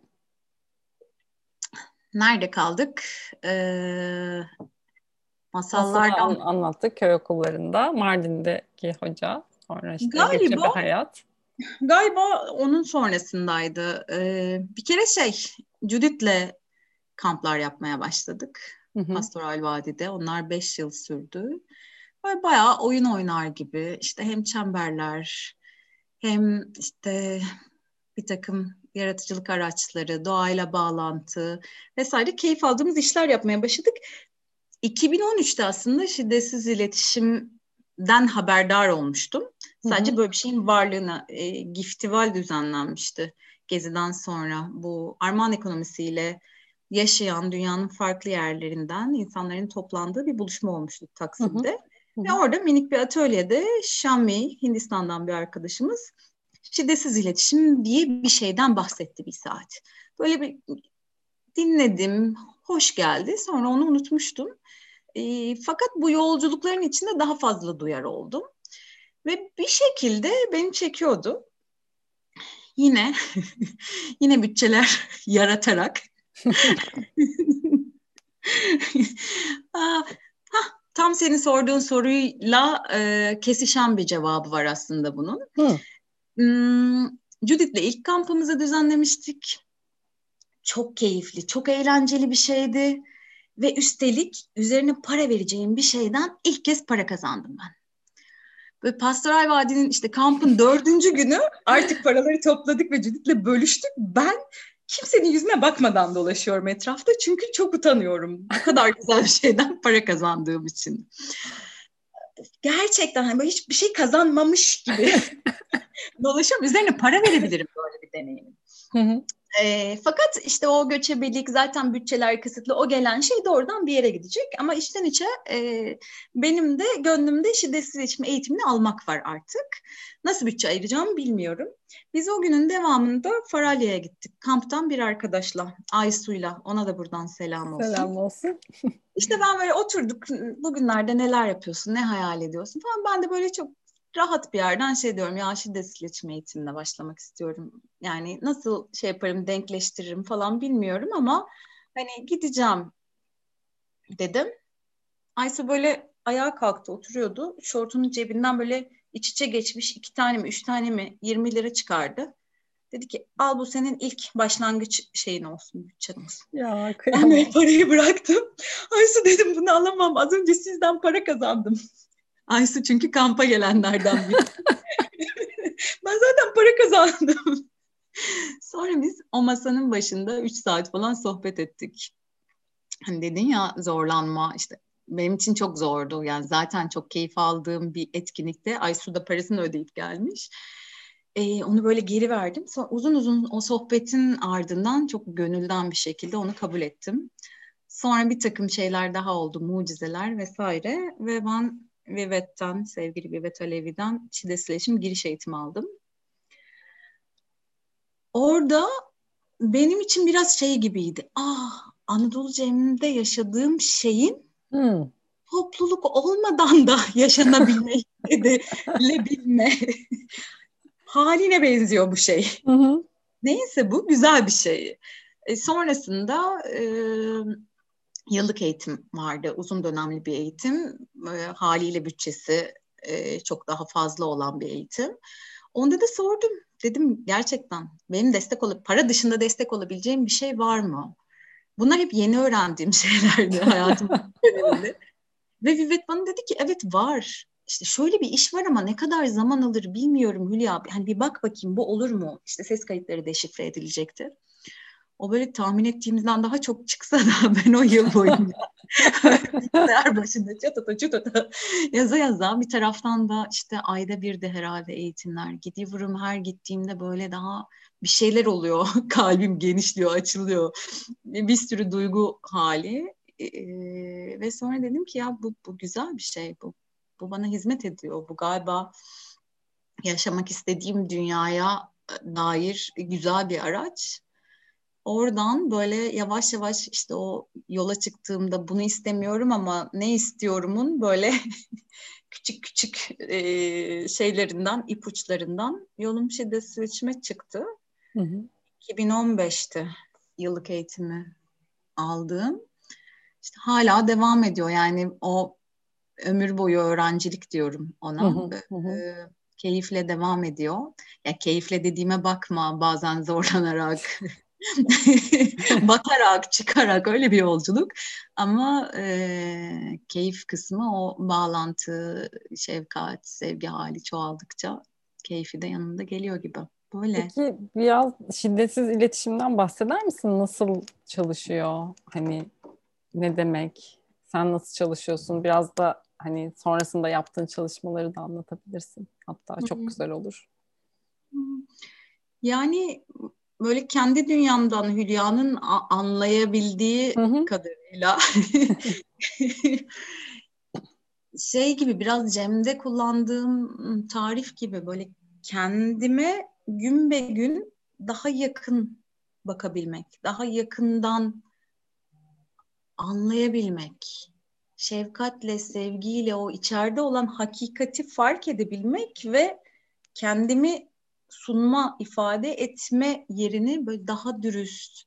Nerede kaldık? Ee, Aslında an, masallardan anlattık köy okullarında, Mardin'deki hoca, sonra işte galiba göçebe hayat. galiba onun sonrasındaydı. Ee, bir kere şey Judith'le kamplar yapmaya başladık. Hı hı. Pastoral Vadi'de. Onlar beş yıl sürdü. Böyle bayağı oyun oynar gibi işte hem çemberler hem işte bir takım yaratıcılık araçları, doğayla bağlantı vesaire keyif aldığımız işler yapmaya başladık. iki bin on üçte aslında şiddetsiz iletişimden haberdar olmuştum. Hı hı. Sadece böyle bir şeyin varlığına e, giftival düzenlenmişti Gezi'den sonra. Bu armağan ekonomisiyle yaşayan dünyanın farklı yerlerinden insanların toplandığı bir buluşma olmuştu Hı hı. Taksim'de. Hı Ve hı. orada minik bir atölyede Şami, Hindistan'dan bir arkadaşımız şiddetsiz iletişim diye bir şeyden bahsetti bir saat. Böyle bir dinledim, hoş geldi. Sonra onu unutmuştum. E, fakat bu yolculukların içinde daha fazla duyar oldum. Ve bir şekilde beni çekiyordu. Yine yine bütçeler yaratarak. Aa, hah, tam senin sorduğun soruyla e, kesişen bir cevabı var aslında bunun. Hı. Hmm, Judith'le ilk kampımızı düzenlemiştik. Çok keyifli, çok eğlenceli bir şeydi. Ve üstelik üzerine para vereceğim bir şeyden ilk kez para kazandım ben. Böyle Pastoral Vadi'nin işte kampın dördüncü günü artık paraları topladık ve Judith'le bölüştük. Ben kimsenin yüzüne bakmadan dolaşıyorum etrafta çünkü çok utanıyorum bu kadar güzel bir şeyden para kazandığım için. Gerçekten hani böyle hiçbir şey kazanmamış gibi dolaşıyorum. Üzerine para verebilirim böyle bir deneyim. Hı hı. E, fakat işte o göçebelik zaten bütçeler kısıtlı o gelen şey doğrudan bir yere gidecek ama içten içe e, benim de gönlümde şiddetsiz iletişim eğitimini almak var artık. Nasıl bütçe ayıracağımı bilmiyorum. Biz o günün devamında Faralya'ya gittik. Kamptan bir arkadaşla, Aysu'yla. Ona da buradan selam olsun. Selam olsun. İşte ben böyle oturduk. Bugünlerde neler yapıyorsun, ne hayal ediyorsun falan. Ben de böyle çok rahat bir yerden şey diyorum ya şiddetsiz iletişim eğitimine başlamak istiyorum. Yani nasıl şey yaparım, denkleştiririm falan bilmiyorum ama hani gideceğim dedim. Aysu böyle ayağa kalktı, oturuyordu. Şortunun cebinden böyle iç içe geçmiş iki tane mi, üç tane mi yirmi lira çıkardı. Dedi ki al bu senin ilk başlangıç şeyin olsun, bütçen olsun. Ya Ben böyle kıyamam. parayı bıraktım. Aysu dedim bunu alamam. Az önce sizden para kazandım. Aysu çünkü kampa gelenlerden biri. Ben zaten para kazandım. Sonra biz o masanın başında üç saat falan sohbet ettik. Hani dedin ya zorlanma işte benim için çok zordu. Yani zaten çok keyif aldığım bir etkinlikte Aysu da parasını ödeyip gelmiş. Ee, onu böyle geri verdim. Sonra uzun uzun o sohbetin ardından çok gönülden bir şekilde onu kabul ettim. Sonra bir takım şeyler daha oldu, mucizeler vesaire ve ben Vivet'ten, sevgili Vivet Alevi'den şiddetsiz iletişim giriş eğitimi aldım. Orada benim için biraz şey gibiydi. Ah, Anadolu Cem'de yaşadığım şeyin Hmm. topluluk olmadan da yaşanabilme, edilebilme haline benziyor bu şey. Hı hı. Neyse bu güzel bir şey. E, sonrasında e, yıllık eğitim vardı. Uzun dönemli bir eğitim. E, haliyle bütçesi e, çok daha fazla olan bir eğitim. Onda da sordum. Dedim gerçekten benim destek olup para dışında destek olabileceğim bir şey var mı? Bunlar hep yeni öğrendiğim şeylerdi hayatımın döneminde. Ve Vivet bana dedi ki evet var. İşte şöyle bir iş var ama ne kadar zaman alır bilmiyorum Hülya. Hani bir bak bakayım bu olur mu? İşte ses kayıtları deşifre edilecekti. O böyle tahmin ettiğimizden daha çok çıksa da ben o yıl boyunca bilgisayar başında çatata çatata yaza yaza bir taraftan da işte ayda bir de herhalde eğitimler gidiyorum. Her gittiğimde böyle daha bir şeyler oluyor. Kalbim genişliyor, açılıyor. Bir sürü duygu hali. Ee, ve sonra dedim ki ya bu, bu güzel bir şey. Bu, bu bana hizmet ediyor. Bu galiba yaşamak istediğim dünyaya dair güzel bir araç. Oradan böyle yavaş yavaş işte o yola çıktığımda bunu istemiyorum ama ne istiyorumun böyle küçük küçük e, şeylerinden, ipuçlarından yolum şiddet switch'ime çıktı. Hı hı. iki bin on beşte yıllık eğitimi aldığım. İşte hala devam ediyor yani o ömür boyu öğrencilik diyorum Hı ona. hı. Hı hı. E, keyifle devam ediyor. Ya keyifle dediğime bakma bazen zorlanarak bakarak, çıkarak öyle bir yolculuk. Ama e, keyif kısmı o bağlantı, şefkat, sevgi hali çoğaldıkça keyfi de yanında geliyor gibi. Böyle. Peki biraz şiddetsiz iletişimden bahseder misin? Nasıl çalışıyor? Hani ne demek? Sen nasıl çalışıyorsun? Biraz da hani sonrasında yaptığın çalışmaları da anlatabilirsin. Hatta çok güzel olur. Yani böyle kendi dünyamdan Hülya'nın a- Hı anlayabildiği hı. kadarıyla şey gibi biraz Cem'de kullandığım tarif gibi böyle kendime gün be gün daha yakın bakabilmek, daha yakından anlayabilmek, şefkatle, sevgiyle o içeride olan hakikati fark edebilmek ve kendimi sunma, ifade etme yerini böyle daha dürüst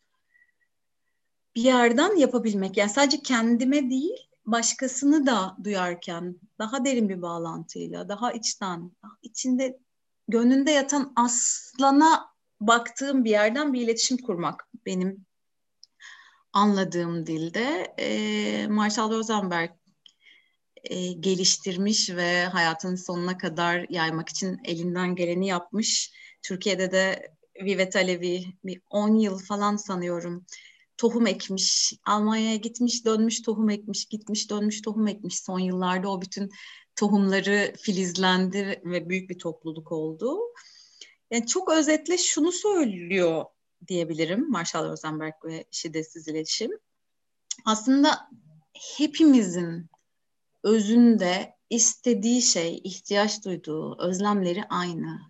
bir yerden yapabilmek. Yani sadece kendime değil, başkasını da duyarken daha derin bir bağlantıyla, daha içten, daha içinde, gönlünde yatan aslana baktığım bir yerden bir iletişim kurmak benim anladığım dilde. E, Marshall Rosenberg e, geliştirmiş ve hayatının sonuna kadar yaymak için elinden geleni yapmış. Türkiye'de de Vivet Alevi bir on yıl falan sanıyorum tohum ekmiş. Almanya'ya gitmiş, dönmüş tohum ekmiş, gitmiş, dönmüş tohum ekmiş. Son yıllarda o bütün tohumları filizlendi ve büyük bir topluluk oldu. Yani çok özetle şunu söylüyor diyebilirim Marshall Rosenberg ve şiddetsiz iletişim. Aslında hepimizin özünde istediği şey, ihtiyaç duyduğu özlemleri aynı.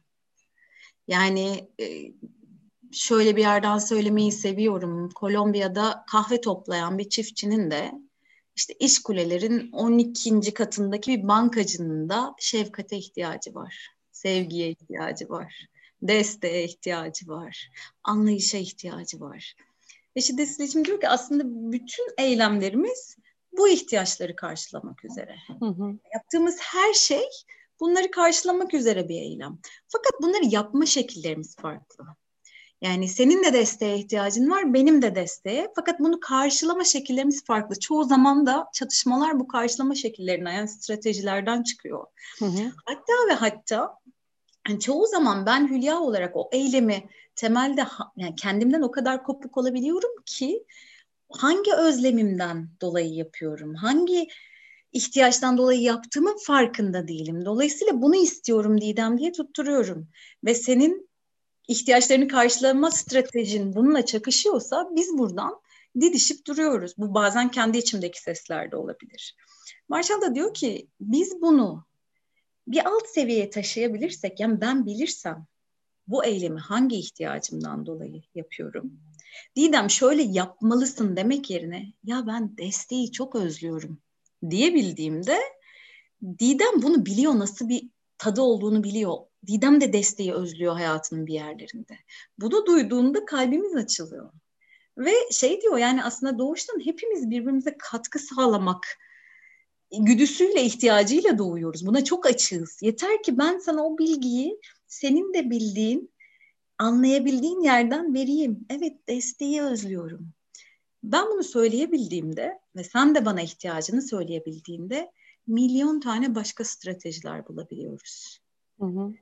Yani e, şöyle bir yerden söylemeyi seviyorum. Kolombiya'da kahve toplayan bir çiftçinin de işte İşkulelerin on ikinci katındaki bir bankacının da şefkate ihtiyacı var. Sevgiye ihtiyacı var. Desteğe ihtiyacı var. Anlayışa ihtiyacı var. Ve şiddetsiz iletişim diyor ki aslında bütün eylemlerimiz bu ihtiyaçları karşılamak üzere. Hı hı. Yaptığımız her şey bunları karşılamak üzere bir eylem. Fakat bunları yapma şekillerimiz farklı. Yani senin de desteğe ihtiyacın var, benim de desteğe. Fakat bunu karşılama şekillerimiz farklı. Çoğu zaman da çatışmalar bu karşılama şekillerinden, yani stratejilerden çıkıyor. Hı hı. Hatta ve hatta yani çoğu zaman ben Hülya olarak o eylemi temelde yani kendimden o kadar kopuk olabiliyorum ki hangi özlemimden dolayı yapıyorum, hangi ihtiyaçtan dolayı yaptığımın farkında değilim. Dolayısıyla bunu istiyorum Didem diye tutturuyorum. Ve senin ihtiyaçlarını karşılama stratejin bununla çakışıyorsa biz buradan didişip duruyoruz. Bu bazen kendi içimdeki sesler de olabilir. Marshall da diyor ki biz bunu bir alt seviyeye taşıyabilirsek, yani ben bilirsem bu eylemi hangi ihtiyacımdan dolayı yapıyorum. Didem şöyle yapmalısın demek yerine ya ben desteği çok özlüyorum diyebildiğimde Didem bunu biliyor, nasıl bir tadı olduğunu biliyor. Didem de desteği özlüyor hayatının bir yerlerinde. Bunu duyduğunda kalbimiz açılıyor. Ve şey diyor, yani aslında doğuştan hepimiz birbirimize katkı sağlamak güdüsüyle, ihtiyacıyla doğuyoruz. Buna çok açığız. Yeter ki ben sana o bilgiyi senin de bildiğin, anlayabildiğin yerden vereyim. Evet, desteği özlüyorum. Ben bunu söyleyebildiğimde ve sen de bana ihtiyacını söyleyebildiğinde milyon tane başka stratejiler bulabiliyoruz. Hı hı.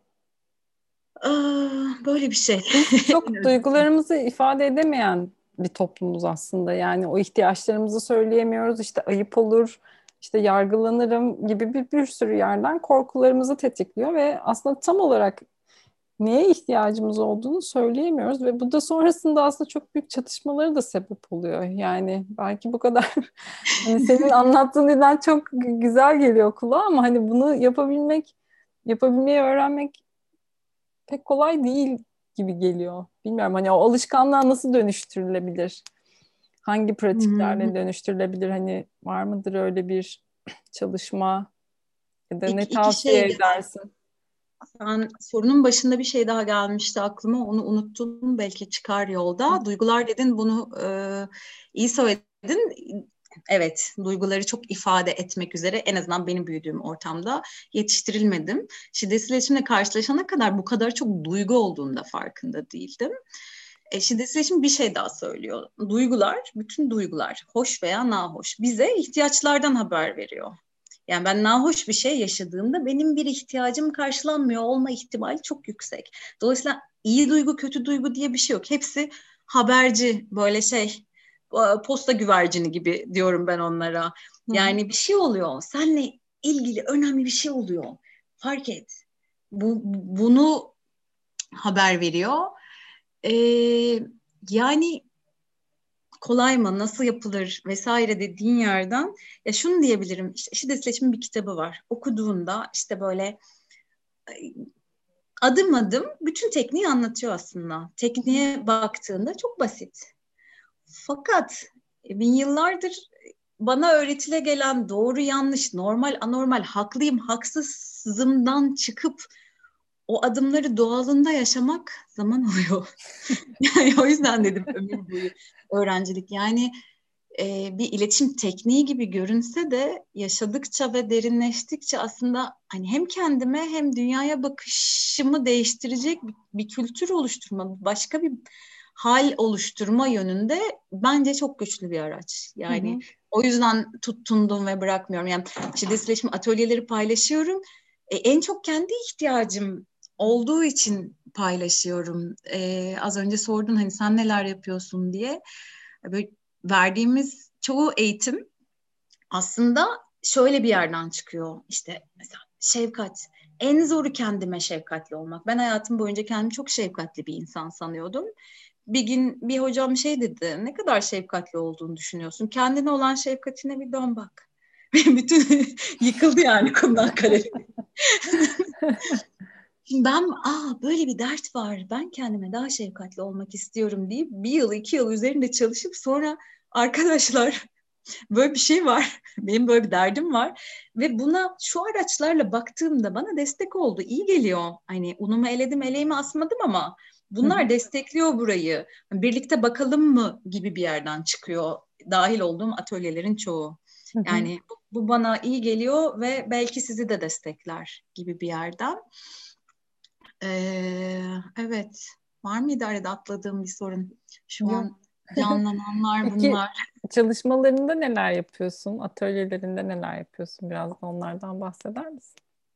Aa, böyle bir şey. Biz çok duygularımızı ifade edemeyen bir toplumuz aslında. Yani o ihtiyaçlarımızı söyleyemiyoruz. İşte ayıp olur, işte yargılanırım gibi bir, bir sürü yerden korkularımızı tetikliyor ve aslında tam olarak neye ihtiyacımız olduğunu söyleyemiyoruz ve bu da sonrasında aslında çok büyük çatışmaları da sebep oluyor. Yani belki bu kadar hani senin anlattığın dilden çok güzel geliyor kulağa ama hani bunu yapabilmek, yapabilmeyi öğrenmek pek kolay değil gibi geliyor. Bilmiyorum hani o alışkanlığa nasıl dönüştürülebilir? Hangi Hmm. pratiklerle dönüştürülebilir? Hani var mıdır öyle bir çalışma ya da İki, ne iki tavsiye şey geldi. edersin? Sen sorunun başında bir şey daha gelmişti aklıma. Onu unuttum. Belki çıkar yolda. Duygular dedin, bunu e, iyi söyledin. Evet, duyguları çok ifade etmek üzere en azından benim büyüdüğüm ortamda yetiştirilmedim. Şiddetsiz iletişimle karşılaşana kadar bu kadar çok duygu olduğunu da farkında değildim. E, şiddetsiz iletişim bir şey daha söylüyor. Duygular, bütün duygular, hoş veya nahoş, bize ihtiyaçlardan haber veriyor. Yani ben nahoş bir şey yaşadığımda benim bir ihtiyacım karşılanmıyor olma ihtimali çok yüksek. Dolayısıyla iyi duygu, kötü duygu diye bir şey yok. Hepsi haberci, böyle şey, posta güvercini gibi diyorum ben onlara. Hı hı. Yani bir şey oluyor, seninle ilgili önemli bir şey oluyor. Fark et. Bu, bunu haber veriyor. Ee, yani kolay mı, nasıl yapılır vesaire dediğin yerden ya şunu diyebilirim. İşte Şiddet İletişim'in bir kitabı var. Okuduğunda işte böyle adım adım bütün tekniği anlatıyor aslında. Hı hı. Tekniğe baktığında çok basit. Fakat e, bin yıllardır bana öğretile gelen doğru yanlış, normal anormal, haklıyım haksızımdan çıkıp o adımları doğalında yaşamak zaman alıyor. Yani o yüzden dedim ömür boyu öğrencilik. Yani e, bir iletişim tekniği gibi görünse de yaşadıkça ve derinleştikçe aslında hani hem kendime hem dünyaya bakışımı değiştirecek bir, bir kültür oluşturma, başka bir hal oluşturma yönünde bence çok güçlü bir araç. Hı Yani hı. o yüzden tuttundum ve bırakmıyorum. Yani şiddetleşme atölyeleri paylaşıyorum. E, en çok kendi ihtiyacım olduğu için paylaşıyorum. Ee, az önce sordun hani sen neler yapıyorsun diye. Böyle verdiğimiz çoğu eğitim aslında şöyle bir yerden çıkıyor. İşte mesela şefkat. En zoru kendime şefkatli olmak. Ben hayatım boyunca kendimi çok şefkatli bir insan sanıyordum. Bir gün bir hocam şey dedi. Ne kadar şefkatli olduğunu düşünüyorsun. Kendine olan şefkatine bir dön bak. Bütün yıkıldı yani kumdan kalem. Şimdi ben aa böyle bir dert var. Ben kendime daha şefkatli olmak istiyorum deyip bir yıl iki yıl üzerinde çalışıp sonra arkadaşlar böyle bir şey var. Benim böyle bir derdim var. Ve buna şu araçlarla baktığımda bana destek oldu. İyi geliyor. Hani unumu eledim, eleğimi asmadım ama Hı hı. bunlar destekliyor burayı. Birlikte bakalım mı gibi bir yerden çıkıyor. Dahil olduğum atölyelerin çoğu. Hı hı. Yani bu, bu bana iyi geliyor ve belki sizi de destekler gibi bir yerden. Ee, evet. Var mıydı arada atladığım bir sorun? Şu Yok. an canlananlar Peki bunlar. çalışmalarında neler yapıyorsun? Atölyelerinde neler yapıyorsun? Biraz da onlardan bahseder misin?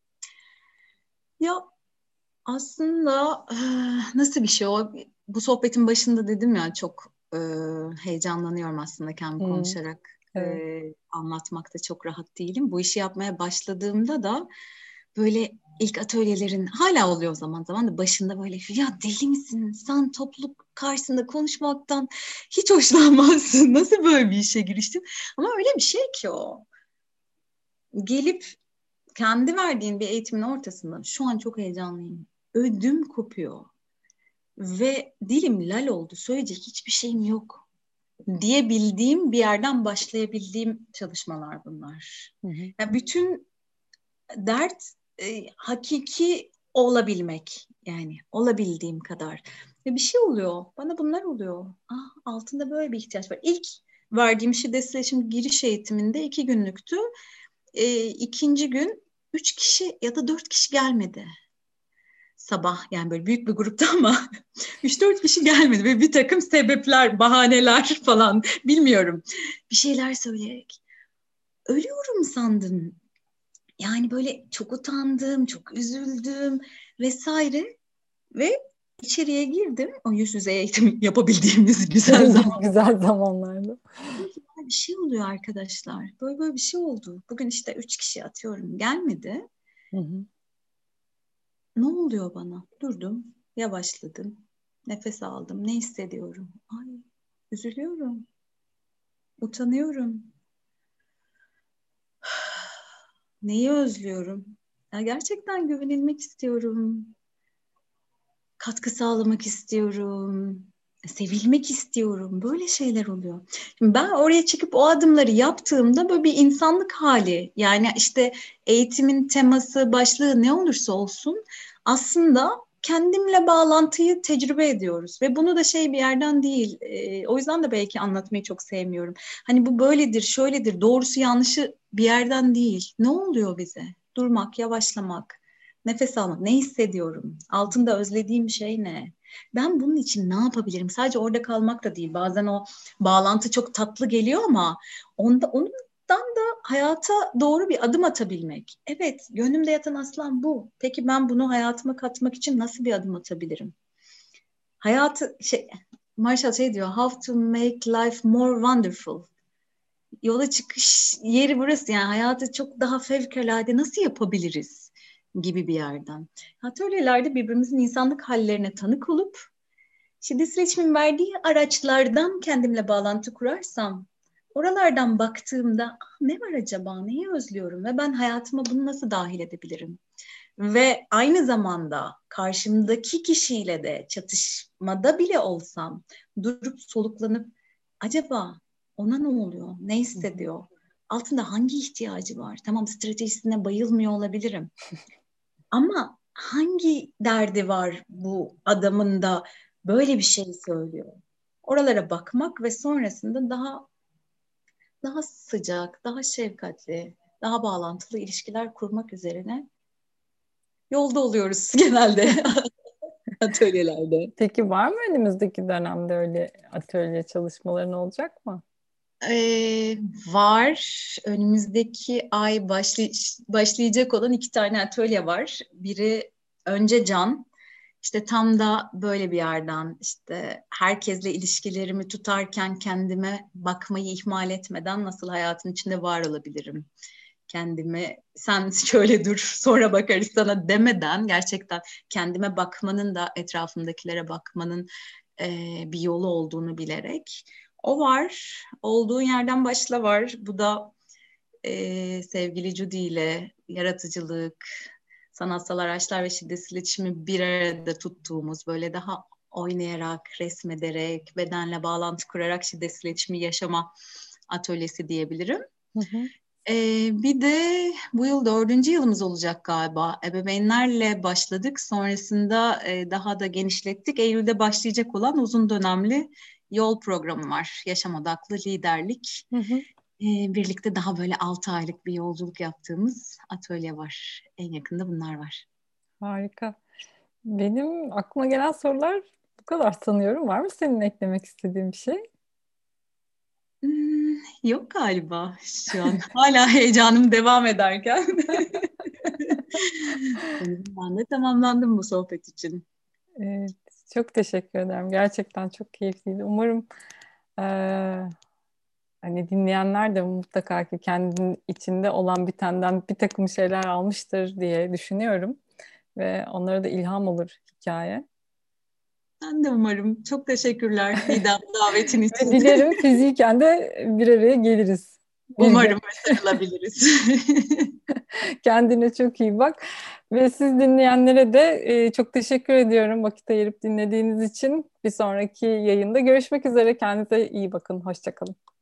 Ya aslında eh, nasıl bir şey o? Bu sohbetin başında dedim ya çok eh, heyecanlanıyorum aslında kendimi Hı, konuşarak evet. eh, anlatmakta çok rahat değilim. Bu işi yapmaya başladığımda da böyle ilk atölyelerin hala oluyor zaman zaman da başında böyle ya deli misin? Sen topluluk karşısında konuşmaktan hiç hoşlanmazsın. Nasıl böyle bir işe giriştin? Ama öyle bir şey ki o. Gelip kendi verdiğin bir eğitimin ortasında şu an çok heyecanlıyım. Ödüm kopuyor. Ve dilim lal oldu. Söyleyecek hiçbir şeyim yok diyebildiğim bir yerden başlayabildiğim çalışmalar bunlar. Hı hı. Yani bütün dert e, hakiki olabilmek. Yani olabildiğim kadar. Ve bir şey oluyor. Bana bunlar oluyor. Ah, altında böyle bir ihtiyaç var. İlk verdiğim şiddetsiz iletişim giriş eğitiminde iki günlüktü. E, ikinci gün üç kişi ya da dört kişi gelmedi. Sabah yani böyle büyük bir grupta ama üç dört kişi gelmedi ve bir takım sebepler, bahaneler falan bilmiyorum. Bir şeyler söyleyerek. Ölüyorum sandım. Yani böyle çok utandım, çok üzüldüm vesaire ve içeriye girdim. O yüz yüze eğitim yapabildiğimiz güzel zaman. Güzel zamanlarda. Bir şey oluyor arkadaşlar. Böyle böyle bir şey oldu. Bugün işte üç kişi atıyorum gelmedi. Hı hı. Ne oluyor bana? Durdum, yavaşladım, nefes aldım. Ne hissediyorum? Ay, üzülüyorum, utanıyorum. Neyi özlüyorum? Ya gerçekten güvenilmek istiyorum. Katkı sağlamak istiyorum. Sevilmek istiyorum. Böyle şeyler oluyor. Şimdi ben oraya çıkıp o adımları yaptığımda böyle bir insanlık hali. Yani işte eğitimin teması, başlığı ne olursa olsun aslında kendimle bağlantıyı tecrübe ediyoruz. Ve bunu da şey bir yerden değil. E, o yüzden de belki anlatmayı çok sevmiyorum. Hani bu böyledir, şöyledir, doğrusu yanlışı bir yerden değil. Ne oluyor bize? Durmak, yavaşlamak. Nefes almak. Ne hissediyorum? Altında özlediğim şey ne? Ben bunun için ne yapabilirim? Sadece orada kalmak da değil. Bazen o bağlantı çok tatlı geliyor ama onda, ondan da hayata doğru bir adım atabilmek. Evet, gönlümde yatan aslan bu. Peki ben bunu hayatıma katmak için nasıl bir adım atabilirim? Hayatı şey Marshall şey diyor, how to make life more wonderful. Yola çıkış yeri burası, yani hayatı çok daha fevkalade nasıl yapabiliriz gibi bir yerden. Atölyelerde birbirimizin insanlık hallerine tanık olup şiddet iletişimin verdiği araçlardan kendimle bağlantı kurarsam, oralardan baktığımda ah, ne var acaba, neyi özlüyorum ve ben hayatıma bunu nasıl dahil edebilirim? Ve aynı zamanda karşımdaki kişiyle de çatışmada bile olsam durup soluklanıp acaba ona ne oluyor? Ne hissediyor? Altında hangi ihtiyacı var? Tamam, stratejisine bayılmıyor olabilirim. Ama hangi derdi var bu adamın da böyle bir şey söylüyor? Oralara bakmak ve sonrasında daha daha sıcak, daha şefkatli, daha bağlantılı ilişkiler kurmak üzerine yolda oluyoruz genelde atölyelerde. Peki var mı önümüzdeki dönemde öyle atölye çalışmaların olacak mı? Ee, var. Önümüzdeki ay başlay başlayacak olan iki tane atölye var. Biri önce Can. İşte tam da böyle bir yerden işte herkesle ilişkilerimi tutarken kendime bakmayı ihmal etmeden nasıl hayatın içinde var olabilirim? Kendime sen şöyle dur sonra bakarız sana demeden gerçekten kendime bakmanın da etrafımdakilere bakmanın e, bir yolu olduğunu bilerek. O var. Olduğun yerden başla var. Bu da e, sevgili Judy ile yaratıcılık, sanatsal araçlar ve şiddetsiz iletişimi bir arada tuttuğumuz böyle daha oynayarak, resmederek, bedenle bağlantı kurarak şiddetsiz iletişimi yaşama atölyesi diyebilirim. Hı hı. Ee, bir de bu yıl dördüncü yılımız olacak galiba. Ebeveynlerle başladık. Sonrasında e, daha da genişlettik. Eylül'de başlayacak olan uzun dönemli yol programı var. Yaşam odaklı liderlik. Hı hı. Ee, birlikte daha böyle altı aylık bir yolculuk yaptığımız atölye var. En yakında bunlar var. Harika. Benim aklıma gelen sorular bu kadar sanıyorum. Var mı senin eklemek istediğin bir şey? Hmm, yok galiba şu an. Hala heyecanım devam ederken. Ben de tamamlandım bu sohbet için. Evet, çok teşekkür ederim. Gerçekten çok keyifliydi. Umarım eee, hani dinleyenler de mutlaka ki kendinin içinde olan bitenden bir takım şeyler almıştır diye düşünüyorum. ve onlara da ilham olur hikaye. Ben de umarım. Çok teşekkürler Didem davetin Ve için. dilerim fiziken de bir araya geliriz bir gün. Umarım ve sarılabiliriz. Kendine çok iyi bak. Ve siz dinleyenlere de e, çok teşekkür ediyorum vakit ayırıp dinlediğiniz için. Bir sonraki yayında görüşmek üzere. Kendinize iyi bakın. Hoşça kalın.